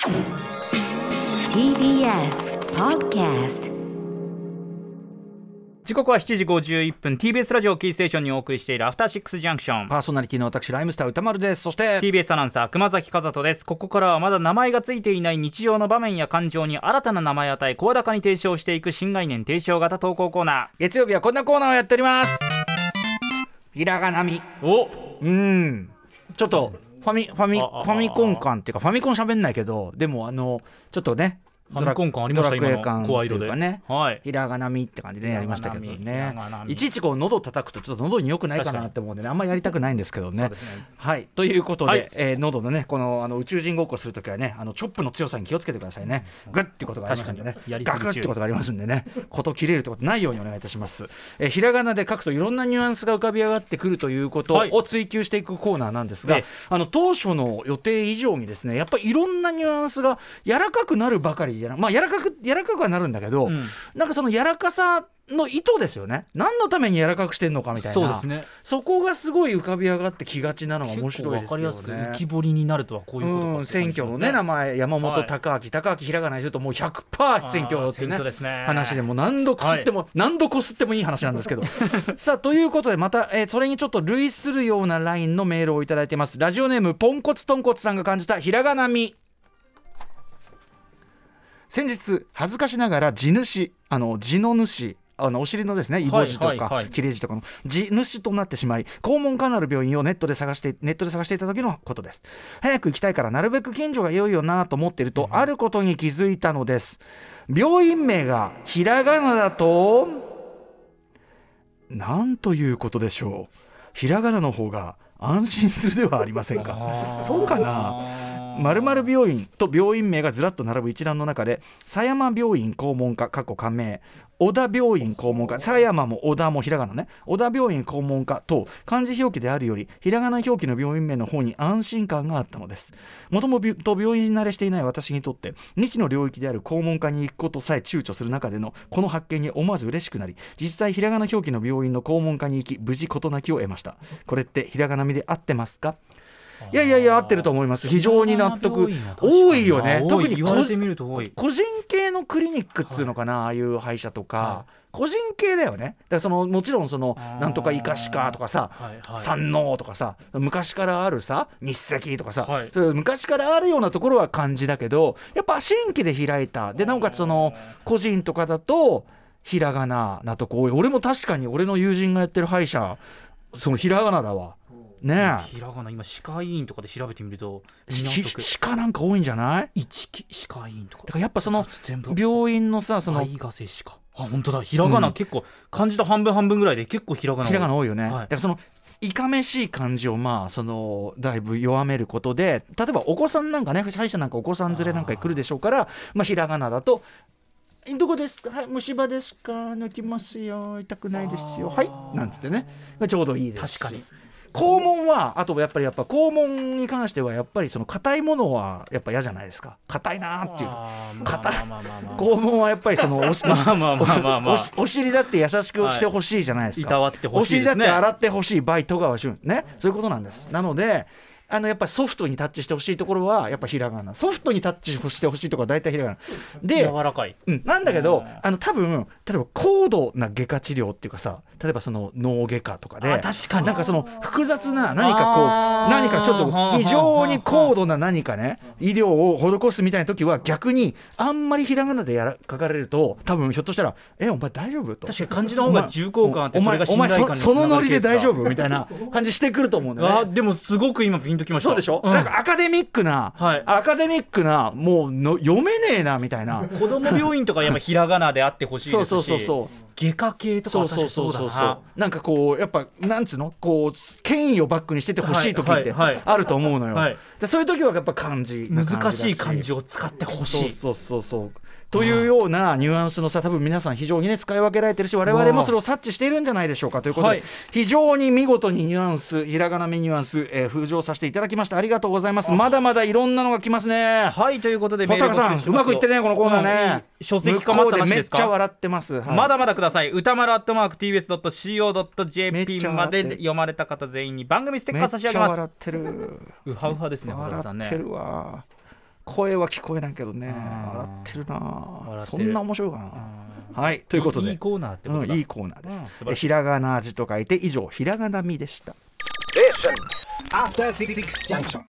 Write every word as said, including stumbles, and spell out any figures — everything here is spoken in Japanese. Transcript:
ティービーエス Podcast。 時刻はしちじごじゅういっぷん ティービーエス ラジオキーステーションにお送りしているアフターシックスジャンクション、 パーソナリティの私ライムスター歌丸です。そしてティービーエス アナウンサー熊崎和人です。ここからはまだ名前がついていない日常の場面や感情に新たな名前を与え声高に提唱していく新概念提唱型投稿コーナー。 月曜日はこんなコーナーをやっております。ひらがなみ。 おうんちょっとファミファミフああァミコン感っていうかファミコン喋んないけど、でもあのちょっとねファミコン感ありました。 ドラクエ今感っていうの声色でかね、 はい、 ひらがなみって感じで、ね、やりましたけどひねらがなみいちいちこう喉叩くとちょっと喉に良くないかなって思うんでね、あんまりやりたくないんですけどね。 そうですね。 はいということで、 はいえー、喉のねこのあの宇宙人ごっこするときはねあのチョップの強さに気をつけてくださいね。グッってことがありますんでね、 確かにやりすぎ注意ガクってことがありますんでねこと切れるってことないようにお願いいたします。えー、ひらがなで書くといろんなニュアンスが浮かび上がってくるということを追求していくコーナーなんですが、 はい、 あの当初の予定以上にですねやっぱりいろんなニュアンスが柔らかくなるばかりじゃなく、まあ柔らかく柔らかくはなるんだけど、うん、なんかその柔らかさの意図ですよね。何のために柔らかくしてんのかみたいな、 そうですね、 そこがすごい浮かび上がってきがちなのが面白いですよね。 結構分かりやすく浮き彫りになるとはこういうことか、 うん、選挙のね名前山本貴明、貴明ひらがなにするともう ひゃくパーセント 選挙っていうね、 ですね話でもう何度こすっても、はい、何度こすってもいい話なんですけどさあということでまた、えー、それにちょっと類するようなラインのメールをいただいています。ラジオネームポンコツトンコツさんが感じたひらがなみ。先日恥ずかしながら地主あの地の主あのお尻のですねイボ痔とか、はいはいはい、切れ痔とかの地主となってしまい肛門科なる病院をネットで探してネットで探していた時のことです。早く行きたいからなるべく近所が良いよなと思っていると、うん、あることに気づいたのです。病院名がひらがなだとなんということでしょう。ひらがなの方が安心するではありませんか。そうかな。〇〇病院と病院名がずらっと並ぶ一覧の中で狭山病院肛門科（仮名）小田病院肛門科、狭山も小田もひらがなね、小田病院肛門科と漢字表記であるよりひらがな表記の病院名の方に安心感があったのです。もともと病院慣れしていない私にとって未知の領域である肛門科に行くことさえ躊躇する中でのこの発見に思わず嬉しくなり、実際ひらがな表記の病院の肛門科に行き無事事なきを得ました。これってひらがなみで合ってますか？いやいやいや合ってると思います。非常に納得。多いよね。特に個人系のクリニックっつうのかな、はい、ああいう歯医者とか、はい、個人系だよね。だからそのもちろんそのなんとか医科歯科とかさ、はいはい、山王とかさ昔からあるさ日赤とかさ、はい、昔からあるようなところは漢字だけどやっぱ新規で開いたでなおかつその個人とかだとひらがななとこ多い。俺も確かに俺の友人がやってる歯医者そのひらがなだわ。ね、 ひらがな今歯科医院とかで調べてみると歯科なんか多いんじゃない？ 一期歯科医院とかだからやっぱその病院のさその大賀瀬歯科あ本当だひらがな、うん、結構漢字と半分半分ぐらいで結構ひらがな多い。 ひらがな多いよね、はい、だからそのいかめしい漢字をまあそのだいぶ弱めることで例えばお子さんなんかね歯医者なんかお子さん連れなんかに来るでしょうからまあひらがなだとどこですか、はい、虫歯ですか抜きますよ痛くないですよはいなんつってねちょうどいいですし。 確かに肛門はあとやっぱりやっぱ肛門に関してはやっぱりその硬いものはやっぱ嫌じゃないですか。硬いなっていう硬い肛門はやっぱりそのお尻だって優しくしてほしいじゃないですか、 はい、いたわってほしいですね。 お尻だって洗ってほしいバイ戸川俊ねそういうことなんです。なのであのやっぱりソフトにタッチしてほしいところはやっぱひらがなソフトにタッチしてほしいところは大体ひらがなで柔らかい、 うん、なんだけどあの多分例えば高度な外科治療っていうかさ例えばその脳外科とかであ確かになんかその複雑な何かこう何かちょっと非常に高度な何かね医療を施すみたいな時は逆にあんまりひらがなでやら書かれると多分ひょっとしたらえお前大丈夫と確かに漢字の方が重厚感あってそれが信頼感につながるケースだ。お前 そ, そのノリで大丈夫みたいな感じしてくると思うんだよね。 あでもすごく今ピンときました。 そうでしょ、うん、なんかアカデミックな、はい、アカデミックなもうの読めねえなみたいな子供病院とかやっぱひらがなであってほしいですしそうそうそうそう外科系とか確かにそうだな。そうそうそうそうなんかこうやっぱなんつうのこう権威をバックにしててほしい時ってあると思うのよ、はいはいはい、でそういう時はやっぱ漢字難しい漢字を使ってほしいそうそうそうそうというようなニュアンスの差多分皆さん非常にね使い分けられてるし我々もそれを察知しているんじゃないでしょうかということで、はい、非常に見事にニュアンスひらがなみニュアンス、えー、浮上させていただきましたありがとうございます。まだまだいろんなのが来ますね。 はいということで保坂さんうまくいってねこのコーナーね、 うん、書籍化待ったなしですか。 めっちゃ笑ってます、はい、 まだまだください。歌丸アットマーク ティービーエスドットシーオードットジェーピー まで読まれた方全員に番組ステッカー差し上げます。 めっちゃ笑ってるうはうはですね保坂さんね。 笑ってるわ声は聞こえないけどね、笑ってるな。そんな面白いかな。はい、ということでいいコーナーってことだ、 うん、いいコーナーです、 うん、 ひらがな味と書いて以上ひらがなみでした。 After Six Junction.